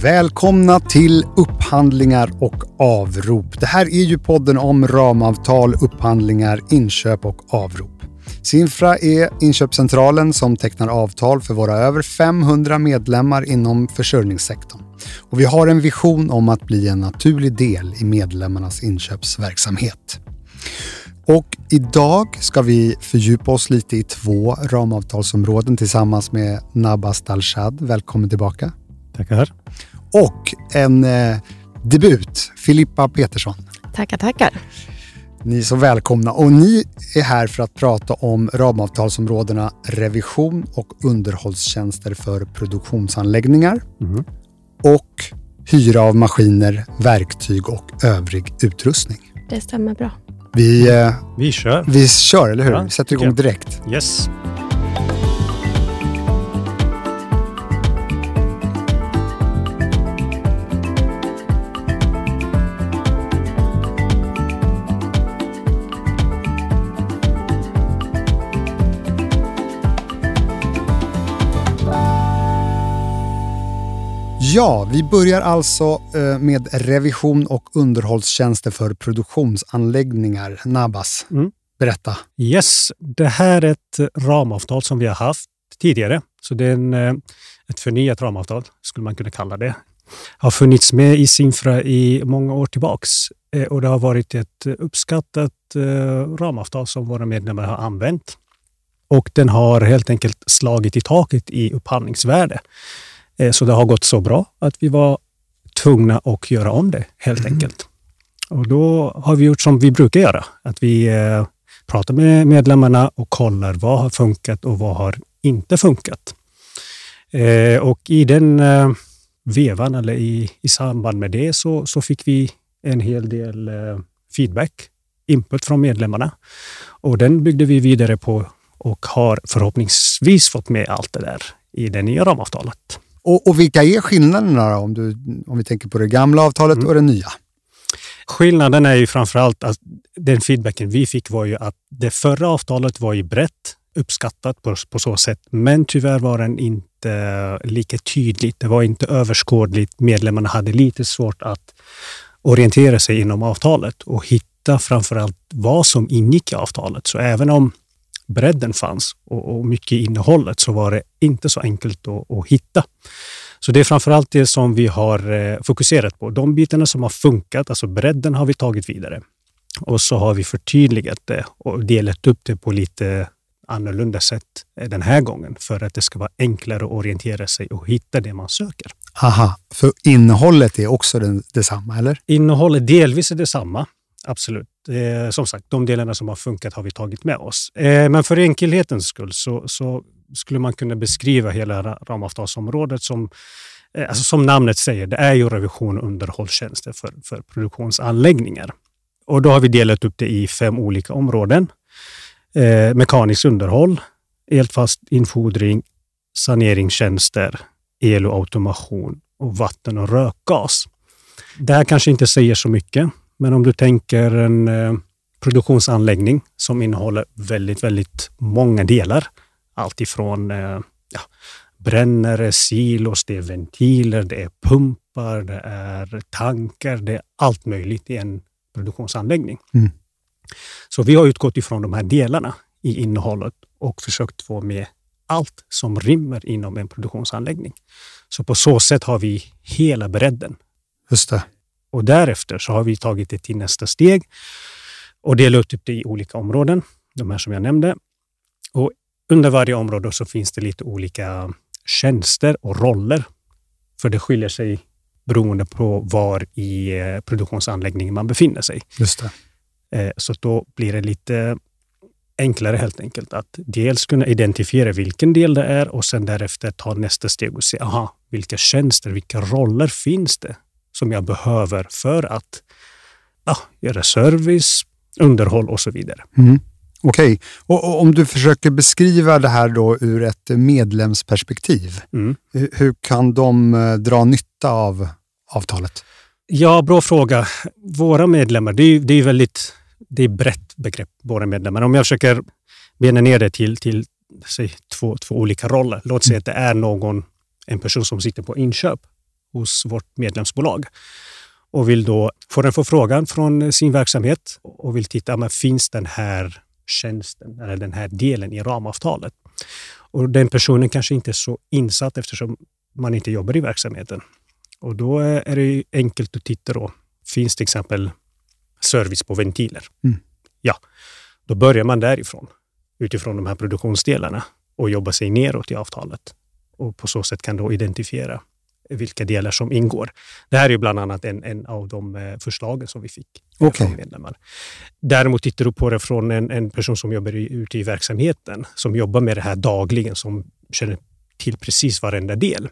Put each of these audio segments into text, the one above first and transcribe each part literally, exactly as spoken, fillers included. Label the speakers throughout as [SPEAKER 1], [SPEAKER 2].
[SPEAKER 1] Välkomna till Upphandlingar och avrop. Det här är ju podden om ramavtal, upphandlingar, inköp och avrop. Sinfra är inköpscentralen som tecknar avtal för våra över femhundra medlemmar inom försörjningssektorn. Och vi har en vision om att bli en naturlig del i medlemmarnas inköpsverksamhet. Och idag ska vi fördjupa oss lite i två ramavtalsområden tillsammans med Nabas Dalshad. Välkommen tillbaka.
[SPEAKER 2] Tackar.
[SPEAKER 1] Och en eh, debut, Filippa Petersson.
[SPEAKER 3] Tackar, tackar.
[SPEAKER 1] Ni är så välkomna. Och ni är här för att prata om ramavtalsområdena revision och underhållstjänster för produktionsanläggningar. Mm. Och hyra av maskiner, verktyg och övrig utrustning.
[SPEAKER 3] Det stämmer bra.
[SPEAKER 1] Vi, eh,
[SPEAKER 2] vi kör.
[SPEAKER 1] Vi kör, eller hur? Ja, vi sätter igång
[SPEAKER 2] ja.
[SPEAKER 1] direkt.
[SPEAKER 2] Yes.
[SPEAKER 1] Ja, vi börjar alltså med revision och underhållstjänster för produktionsanläggningar. Nabas, mm. berätta.
[SPEAKER 2] Yes, det här är ett ramavtal som vi har haft tidigare. Så det är en, ett förnyat ramavtal, skulle man kunna kalla det. Har funnits med i Sinfra i många år tillbaks. Och det har varit ett uppskattat ramavtal som våra medlemmar har använt. Och den har helt enkelt slagit i taket i upphandlingsvärde. Så det har gått så bra att vi var tvungna att göra om det helt mm. enkelt. Och då har vi gjort som vi brukar göra. Att vi eh, pratar med medlemmarna och kollar vad har funkat och vad har inte funkat. Eh, och i den eh, vevan eller i, i samband med det så, så fick vi en hel del eh, feedback, input från medlemmarna. Och den byggde vi vidare på och har förhoppningsvis fått med allt det där i det nya ramavtalet.
[SPEAKER 1] Och, och vilka är skillnaderna då, om, du, om vi tänker på det gamla avtalet mm. och det nya?
[SPEAKER 2] Skillnaden är ju framförallt att den feedbacken vi fick var ju att det förra avtalet var ju brett uppskattat på, på så sätt. Men tyvärr var den inte lika tydligt. Det var inte överskådligt. Medlemmarna hade lite svårt att orientera sig inom avtalet och hitta framförallt vad som ingick i avtalet. Så även om bredden fanns och, och mycket i innehållet så var det inte så enkelt att, att hitta. Så det är framförallt det som vi har eh, fokuserat på. De bitarna som har funkat, alltså bredden har vi tagit vidare. Och så har vi förtydligat det och delat upp det på lite annorlunda sätt den här gången för att det ska vara enklare att orientera sig och hitta det man söker.
[SPEAKER 1] Aha, för innehållet är också den, detsamma, eller?
[SPEAKER 2] Innehållet delvis är detsamma. Absolut. Eh, som sagt, de delarna som har funkat har vi tagit med oss. Eh, men för enkelhetens skull så, så skulle man kunna beskriva hela ramavtalsområdet som, eh, alltså som namnet säger, det är ju revision och underhållstjänster för, för produktionsanläggningar. Och då har vi delat upp det i fem olika områden. Eh, mekanisk underhåll, elfast infordring, saneringstjänster, el och automation och vatten och rökgas. Det här kanske inte säger så mycket. Men om du tänker en eh, produktionsanläggning som innehåller väldigt, väldigt många delar. Allt ifrån eh, ja, brännare, silos, det är ventiler, det är pumpar, det är tankar, det är allt möjligt i en produktionsanläggning. Mm. Så vi har utgått ifrån de här delarna i innehållet och försökt få med allt som rymmer inom en produktionsanläggning. Så på så sätt har vi hela bredden.
[SPEAKER 1] Just det.
[SPEAKER 2] Och därefter så har vi tagit det till nästa steg och delat upp det i olika områden, de här som jag nämnde. Och under varje område så finns det lite olika tjänster och roller. För det skiljer sig beroende på var i produktionsanläggningen man befinner sig.
[SPEAKER 1] Just det.
[SPEAKER 2] Så då blir det lite enklare helt enkelt att dels kunna identifiera vilken del det är och sen därefter ta nästa steg och se, aha, vilka tjänster, vilka roller finns det som jag behöver för att ja, göra service, underhåll och så vidare.
[SPEAKER 1] Mm. Okej, okay. och, och om du försöker beskriva det här då ur ett medlemsperspektiv, mm. hur, hur kan de dra nytta av avtalet?
[SPEAKER 2] Ja, bra fråga. Våra medlemmar, det är, det är väldigt det är brett begrepp, våra medlemmar. Om jag försöker bena ner det till, till säg, två, två olika roller. Låt säga att det är någon, en person som sitter på inköp hos vårt medlemsbolag och vill då få en förfrågan från sin verksamhet och vill titta, men finns den här tjänsten eller den här delen i ramavtalet? Och den personen kanske inte är så insatt eftersom man inte jobbar i verksamheten. Och då är det enkelt att titta då. Finns till exempel service på ventiler?
[SPEAKER 1] Mm.
[SPEAKER 2] Ja, då börjar man därifrån. Utifrån de här produktionsdelarna. Och jobba sig neråt i avtalet. Och på så sätt kan då identifiera vilka delar som ingår. Det här är ju bland annat en, en av de förslagen som vi fick
[SPEAKER 1] okay.
[SPEAKER 2] från medlemmar. Däremot tittar du på det från en, en person som jobbar i, ute i verksamheten. Som jobbar med det här dagligen. Som känner till precis varenda del.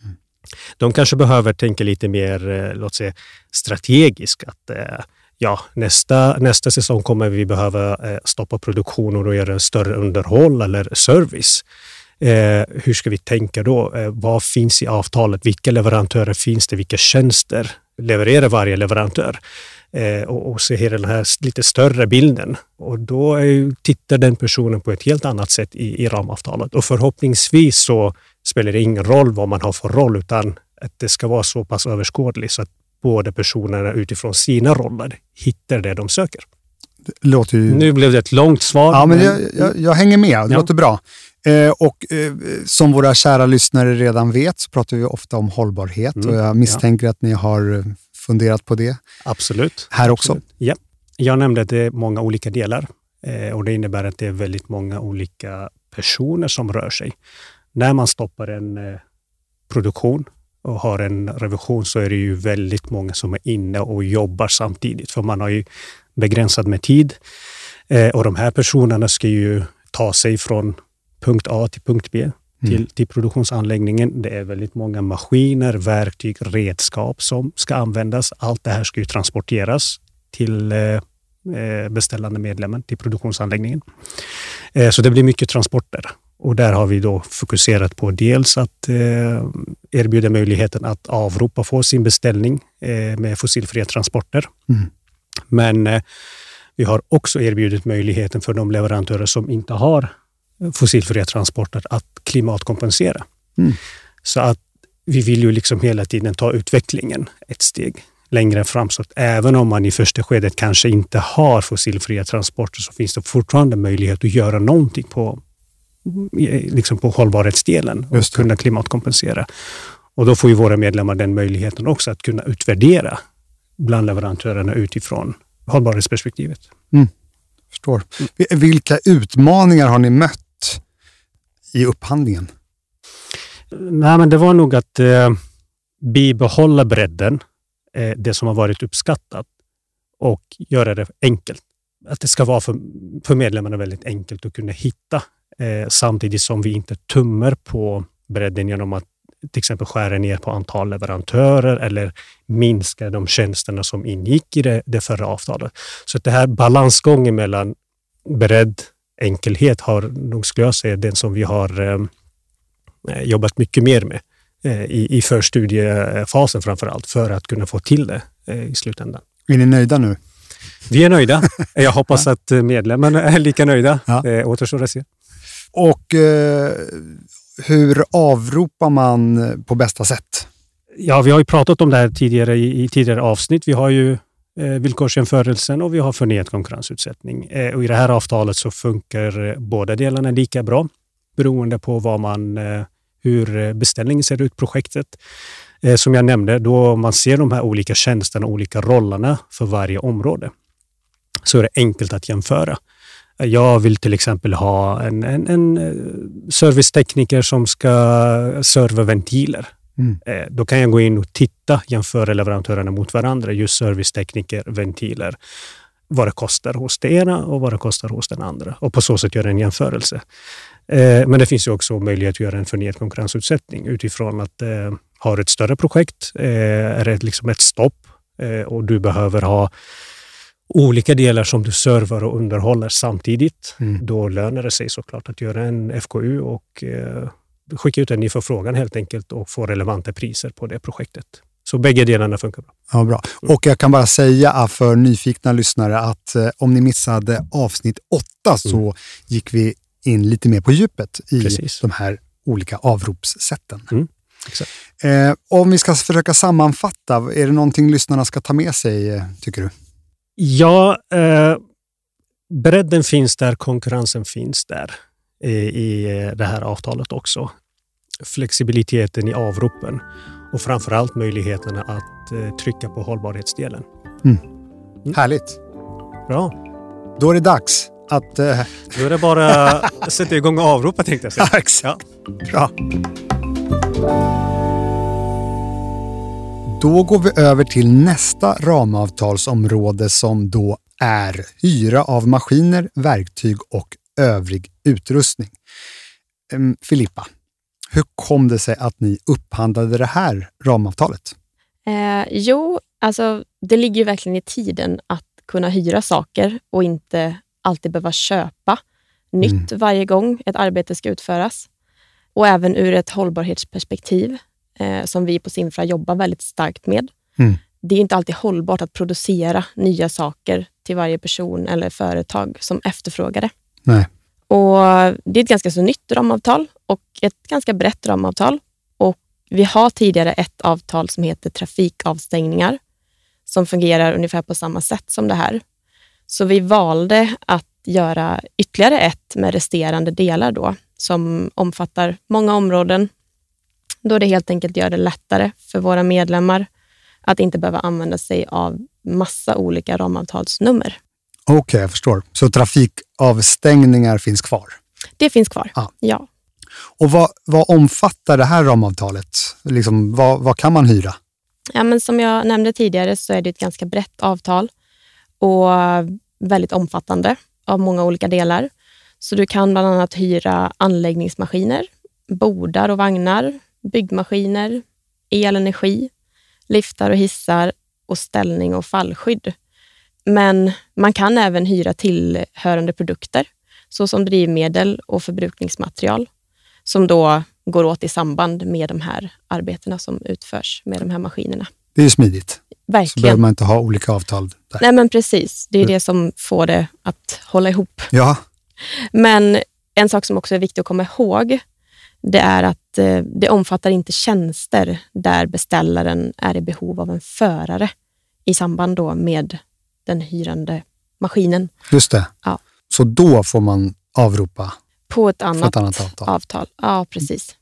[SPEAKER 2] De kanske behöver tänka lite mer, låt säga, strategiskt. Att ja, nästa, nästa säsong kommer vi behöva stoppa produktionen och göra en större underhåll eller service. Eh, hur ska vi tänka då? Eh, vad finns i avtalet? Vilka leverantörer finns det? Vilka tjänster levererar varje leverantör? Eh, och, och se hela den här lite större bilden. Och då är ju, tittar den personen på ett helt annat sätt i, i ramavtalet. Och förhoppningsvis så spelar det ingen roll vad man har för roll, utan att det ska vara så pass överskådligt så att båda personerna utifrån sina roller hittar det de söker.
[SPEAKER 1] Det låter ju...
[SPEAKER 2] Nu blev det ett långt svar.
[SPEAKER 1] Ja, men, men... Jag, jag, jag hänger med. Det ja. låter bra. Eh, och eh, som våra kära lyssnare redan vet så pratar vi ofta om hållbarhet. Mm, och jag misstänker ja. att ni har funderat på det.
[SPEAKER 2] Absolut.
[SPEAKER 1] Här också.
[SPEAKER 2] Absolut. Ja. Jag nämnde att det är många olika delar. Eh, och det innebär att det är väldigt många olika personer som rör sig. När man stoppar en eh, produktion och har en revision så är det ju väldigt många som är inne och jobbar samtidigt. För man har ju begränsad med tid. Eh, och de här personerna ska ju ta sig från punkt A till punkt B till, mm. till produktionsanläggningen. Det är väldigt många maskiner, verktyg, redskap som ska användas. Allt det här ska ju transporteras till eh, beställande medlemmen, till produktionsanläggningen. Eh, så det blir mycket transporter. Och där har vi då fokuserat på dels att eh, erbjuda möjligheten att avropa få sin beställning eh, med fossilfria transporter.
[SPEAKER 1] Mm.
[SPEAKER 2] Men eh, vi har också erbjudit möjligheten för de leverantörer som inte har fossilfria transporter att klimatkompensera.
[SPEAKER 1] Mm.
[SPEAKER 2] Så att vi vill ju liksom hela tiden ta utvecklingen ett steg längre fram. Så att även om man i första skedet kanske inte har fossilfria transporter så finns det fortfarande möjlighet att göra någonting på, liksom på hållbarhetsdelen och kunna klimatkompensera. Och då får ju våra medlemmar den möjligheten också att kunna utvärdera bland leverantörerna utifrån hållbarhetsperspektivet.
[SPEAKER 1] Mm. Förstår. Mm. Vilka utmaningar har ni mött i upphandlingen?
[SPEAKER 2] Nej, men det var nog att eh, bibehålla bredden, eh, det som har varit uppskattat, och göra det enkelt. Att det ska vara för, för medlemmarna väldigt enkelt att kunna hitta, eh, samtidigt som vi inte tummar på bredden genom att till exempel skära ner på antal leverantörer eller minska de tjänsterna som ingick i det, det förra avtalet. Så att det här balansgången mellan bredd, enkelhet har nog, skulle jag säga, den som vi har eh, jobbat mycket mer med eh, i, i förstudiefasen framför allt, för att kunna få till det eh, i slutändan.
[SPEAKER 1] Är ni nöjda nu?
[SPEAKER 2] Vi är nöjda. Jag hoppas att medlemmarna är lika nöjda.
[SPEAKER 1] Ja.
[SPEAKER 2] Eh, återstår att se.
[SPEAKER 1] Och eh, hur avropar man på bästa sätt?
[SPEAKER 2] Ja, vi har ju pratat om det här tidigare i, i tidigare avsnitt. Vi har ju eh, villkorsjämförelsen och vi har förnyad konkurrensutsättning. Eh, och i det här avtalet så funkar eh, båda delarna lika bra beroende på vad man, eh, hur beställningen ser ut, projektet. Eh, som jag nämnde, då man ser de här olika tjänsterna och olika rollerna för varje område så är det enkelt att jämföra. Jag vill till exempel ha en, en, en servicetekniker som ska serva ventiler.
[SPEAKER 1] Mm.
[SPEAKER 2] Eh, då kan jag gå in och titta, jämföra leverantörerna mot varandra, just servicetekniker, ventiler. Vad det kostar hos det ena och vad det kostar hos den andra. Och på så sätt göra en jämförelse. Eh, men det finns ju också möjlighet att göra en förnyad konkurrensutsättning utifrån att eh, har ett större projekt, eh, är det liksom ett stopp eh, och du behöver ha olika delar som du servar och underhåller samtidigt.
[SPEAKER 1] Mm.
[SPEAKER 2] Då lönar det sig såklart att göra en F K U och eh, skicka ut en ny förfrågan helt enkelt och få relevanta priser på det projektet. Så bägge delarna funkar bra.
[SPEAKER 1] Ja, bra. Och jag kan bara säga för nyfikna lyssnare att eh, om ni missade avsnitt åtta så mm. gick vi in lite mer på djupet i Precis. de här olika avropssätten.
[SPEAKER 2] Mm. Exakt.
[SPEAKER 1] Eh, om vi ska försöka sammanfatta, är det någonting lyssnarna ska ta med sig, tycker du?
[SPEAKER 2] Ja, eh, bredden finns där, konkurrensen finns där i, i det här avtalet också. Flexibiliteten i avropen och framförallt möjligheterna att eh, trycka på hållbarhetsdelen.
[SPEAKER 1] Mm. Mm. Härligt.
[SPEAKER 2] Bra.
[SPEAKER 1] Då är det dags att... Eh...
[SPEAKER 2] Då är det bara att sätta igång och avropa, tänkte jag säga.
[SPEAKER 1] Ja, exakt. Bra. Då går vi över till nästa ramavtalsområde som då är hyra av maskiner, verktyg och övrig utrustning. Um, Filippa, hur kom det sig att ni upphandlade det här ramavtalet?
[SPEAKER 3] Eh, jo, alltså det ligger ju verkligen i tiden att kunna hyra saker och inte alltid behöva köpa nytt mm. varje gång ett arbete ska utföras. Och även ur ett hållbarhetsperspektiv eh, som vi på Simfra jobbar väldigt starkt med. Mm. Det är inte alltid hållbart att producera nya saker till varje person eller företag som efterfrågar det.
[SPEAKER 1] Nej.
[SPEAKER 3] Och det är ett ganska så nytt ramavtal och ett ganska brett ramavtal. Och vi har tidigare ett avtal som heter trafikavstängningar som fungerar ungefär på samma sätt som det här. Så vi valde att göra ytterligare ett med resterande delar då som omfattar många områden. Då det helt enkelt gör det lättare för våra medlemmar att inte behöva använda sig av massa olika ramavtalsnummer.
[SPEAKER 1] Okej, okay, jag förstår. Så trafikavstängningar finns kvar?
[SPEAKER 3] Det finns kvar,
[SPEAKER 1] ja.
[SPEAKER 3] ja.
[SPEAKER 1] Och vad, vad omfattar det här ramavtalet? Liksom, vad, vad kan man hyra?
[SPEAKER 3] Ja, men som jag nämnde tidigare så är det ett ganska brett avtal och väldigt omfattande av många olika delar. Så du kan bland annat hyra anläggningsmaskiner, bordar och vagnar, byggmaskiner, elenergi, liftar och hissar och ställning och fallskydd. Men man kan även hyra tillhörande produkter såsom drivmedel och förbrukningsmaterial som då går åt i samband med de här arbetena som utförs med de här maskinerna.
[SPEAKER 1] Det är ju smidigt.
[SPEAKER 3] Verkligen.
[SPEAKER 1] Så behöver man inte ha olika avtal där.
[SPEAKER 3] Nej, men precis. Det är det som får det att hålla ihop.
[SPEAKER 1] Ja.
[SPEAKER 3] Men en sak som också är viktig att komma ihåg, det är att eh, det omfattar inte tjänster där beställaren är i behov av en förare i samband då med den hyrande maskinen.
[SPEAKER 1] Just det.
[SPEAKER 3] Ja.
[SPEAKER 1] Så då får man avropa
[SPEAKER 3] på ett annat,
[SPEAKER 1] ett annat avtal.
[SPEAKER 3] avtal. Ja, precis.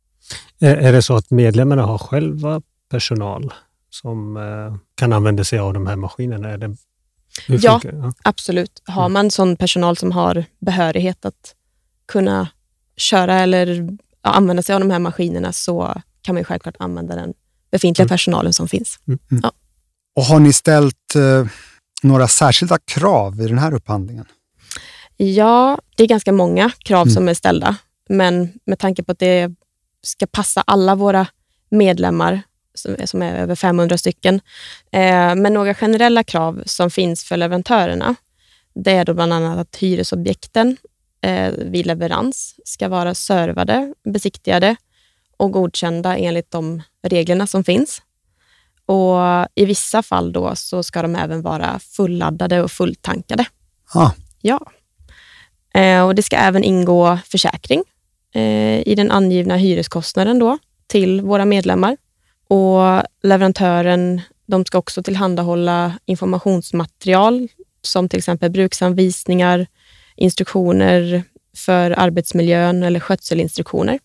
[SPEAKER 2] Är, är det så att medlemmarna har själva personal som eh, kan använda sig av de här maskinerna? Är det,
[SPEAKER 3] ja, ja, absolut. Har man sån personal som har behörighet att kunna köra eller ja, använda sig av de här maskinerna så kan man ju självklart använda den befintliga mm. personalen som finns.
[SPEAKER 1] Mm. Mm. Ja. Och har ni ställt eh, några särskilda krav i den här upphandlingen?
[SPEAKER 3] Ja, det är ganska många krav
[SPEAKER 1] mm.
[SPEAKER 3] som är ställda. Men med tanke på att det ska passa alla våra medlemmar som är, som är över femhundra stycken. Eh, men några generella krav som finns för leverantörerna, det är då bland annat att hyresobjekten eh, vid leverans ska vara servade, besiktigade och godkända enligt de reglerna som finns. Och i vissa fall då så ska de även vara fulladdade och fulltankade.
[SPEAKER 1] Ah.
[SPEAKER 3] Ja. Eh, och det ska även ingå försäkring eh, i den angivna hyreskostnaden då till våra medlemmar. Och leverantören, de ska också tillhandahålla informationsmaterial som till exempel bruksanvisningar, instruktioner för arbetsmiljön eller skötselinstruktioner.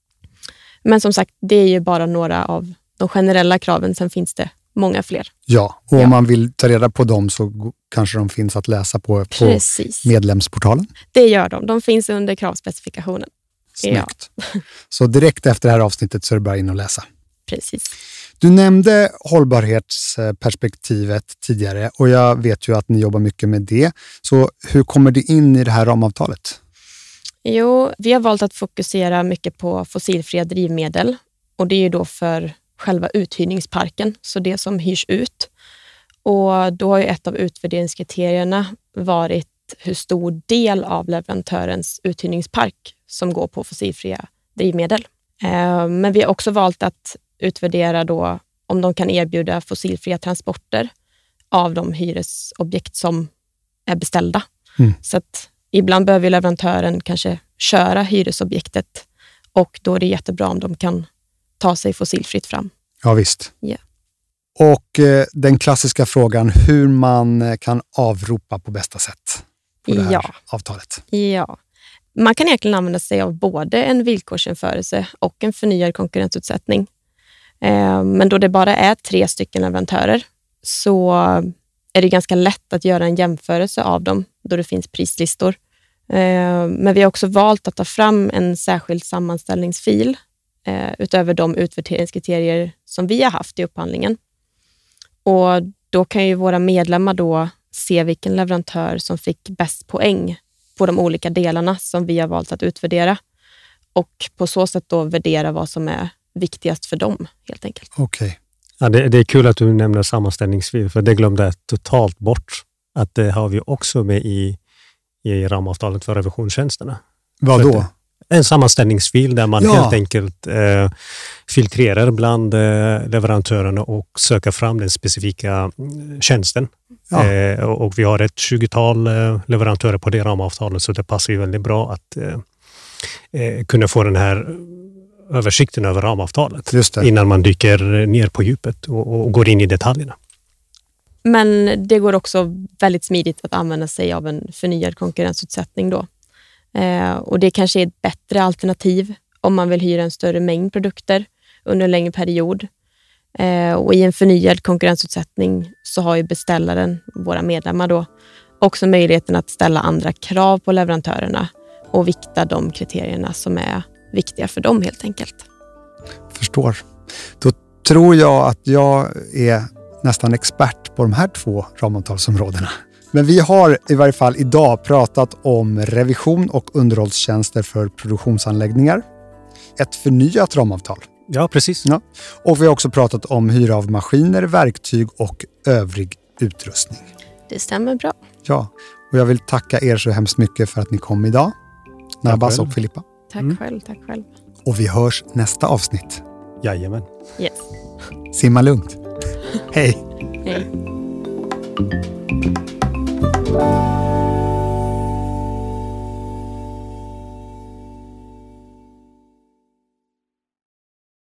[SPEAKER 3] Men som sagt, det är ju bara några av de generella kraven, sen finns det många fler.
[SPEAKER 1] Ja, och ja. om man vill ta reda på dem så kanske de finns att läsa på, på medlemsportalen?
[SPEAKER 3] Det gör de. De finns under kravspecifikationen.
[SPEAKER 1] Snyggt. Ja. Så direkt efter det här avsnittet så är det bara in och läsa.
[SPEAKER 3] Precis.
[SPEAKER 1] Du nämnde hållbarhetsperspektivet tidigare och jag vet ju att ni jobbar mycket med det. Så hur kommer det in i det här ramavtalet?
[SPEAKER 3] Jo, vi har valt att fokusera mycket på fossilfria drivmedel och det är ju då för själva uthyrningsparken, så det som hyrs ut. Och då har ju ett av utvärderingskriterierna varit hur stor del av leverantörens uthyrningspark som går på fossilfria drivmedel. Men vi har också valt att utvärdera då om de kan erbjuda fossilfria transporter av de hyresobjekt som är beställda. Mm. Så att ibland behöver leverantören kanske köra hyresobjektet och då är det jättebra om de kan ta ta sig fossilfritt fram.
[SPEAKER 1] Ja, visst.
[SPEAKER 3] Yeah.
[SPEAKER 1] Och eh, den klassiska frågan hur man kan avropa på bästa sätt på det här
[SPEAKER 3] ja.
[SPEAKER 1] avtalet.
[SPEAKER 3] Ja. Man kan egentligen använda sig av både en villkorsjämförelse och en förnyad konkurrensutsättning. Eh, men då det bara är tre stycken leverantörer så är det ganska lätt att göra en jämförelse av dem då det finns prislistor. Eh, men vi har också valt att ta fram en särskild sammanställningsfil eh, utöver de utvärderingskriterier som vi har haft i upphandlingen. Och då kan ju våra medlemmar då se vilken leverantör som fick bäst poäng på de olika delarna som vi har valt att utvärdera. Och på så sätt då värdera vad som är viktigast för dem helt enkelt.
[SPEAKER 1] Okej. Okay.
[SPEAKER 2] Ja, det, det är kul att du nämner sammanställningsfil, för det glömde jag totalt bort. Att det har vi också med i, i ramavtalet för revisionstjänsterna.
[SPEAKER 1] Vad då?
[SPEAKER 2] En sammanställningsfil där man
[SPEAKER 1] ja.
[SPEAKER 2] helt enkelt eh, filtrerar bland eh, leverantörerna och söker fram den specifika tjänsten. Ja. Eh, och, och vi har ett tjugotal eh, leverantörer på det ramavtalet, så det passar ju väldigt bra att eh, eh, kunna få den här översikten över ramavtalet innan man dyker ner på djupet och, och går in i detaljerna.
[SPEAKER 3] Men det går också väldigt smidigt att använda sig av en förnyad konkurrensutsättning då. Eh, och det kanske är ett bättre alternativ om man vill hyra en större mängd produkter under en längre period. Eh, och i en förnyad konkurrensutsättning så har ju beställaren, våra medlemmar då, också möjligheten att ställa andra krav på leverantörerna och vikta de kriterierna som är viktiga för dem helt enkelt.
[SPEAKER 1] Förstår. Då tror jag att jag är nästan expert på de här två ramavtalsområdena. Men vi har i varje fall idag pratat om revision och underhållstjänster för produktionsanläggningar. Ett förnyat ramavtal.
[SPEAKER 2] Ja, precis.
[SPEAKER 1] Ja. Och vi har också pratat om hyra av maskiner, verktyg och övrig utrustning.
[SPEAKER 3] Det stämmer bra.
[SPEAKER 1] Ja, och jag vill tacka er så hemskt mycket för att ni kom idag. Nabas och Filippa.
[SPEAKER 3] Tack mm. själv, tack själv.
[SPEAKER 1] Och vi hörs nästa avsnitt.
[SPEAKER 2] Jajamän.
[SPEAKER 3] Yes.
[SPEAKER 1] Simma lugnt. Hej.
[SPEAKER 3] Hej.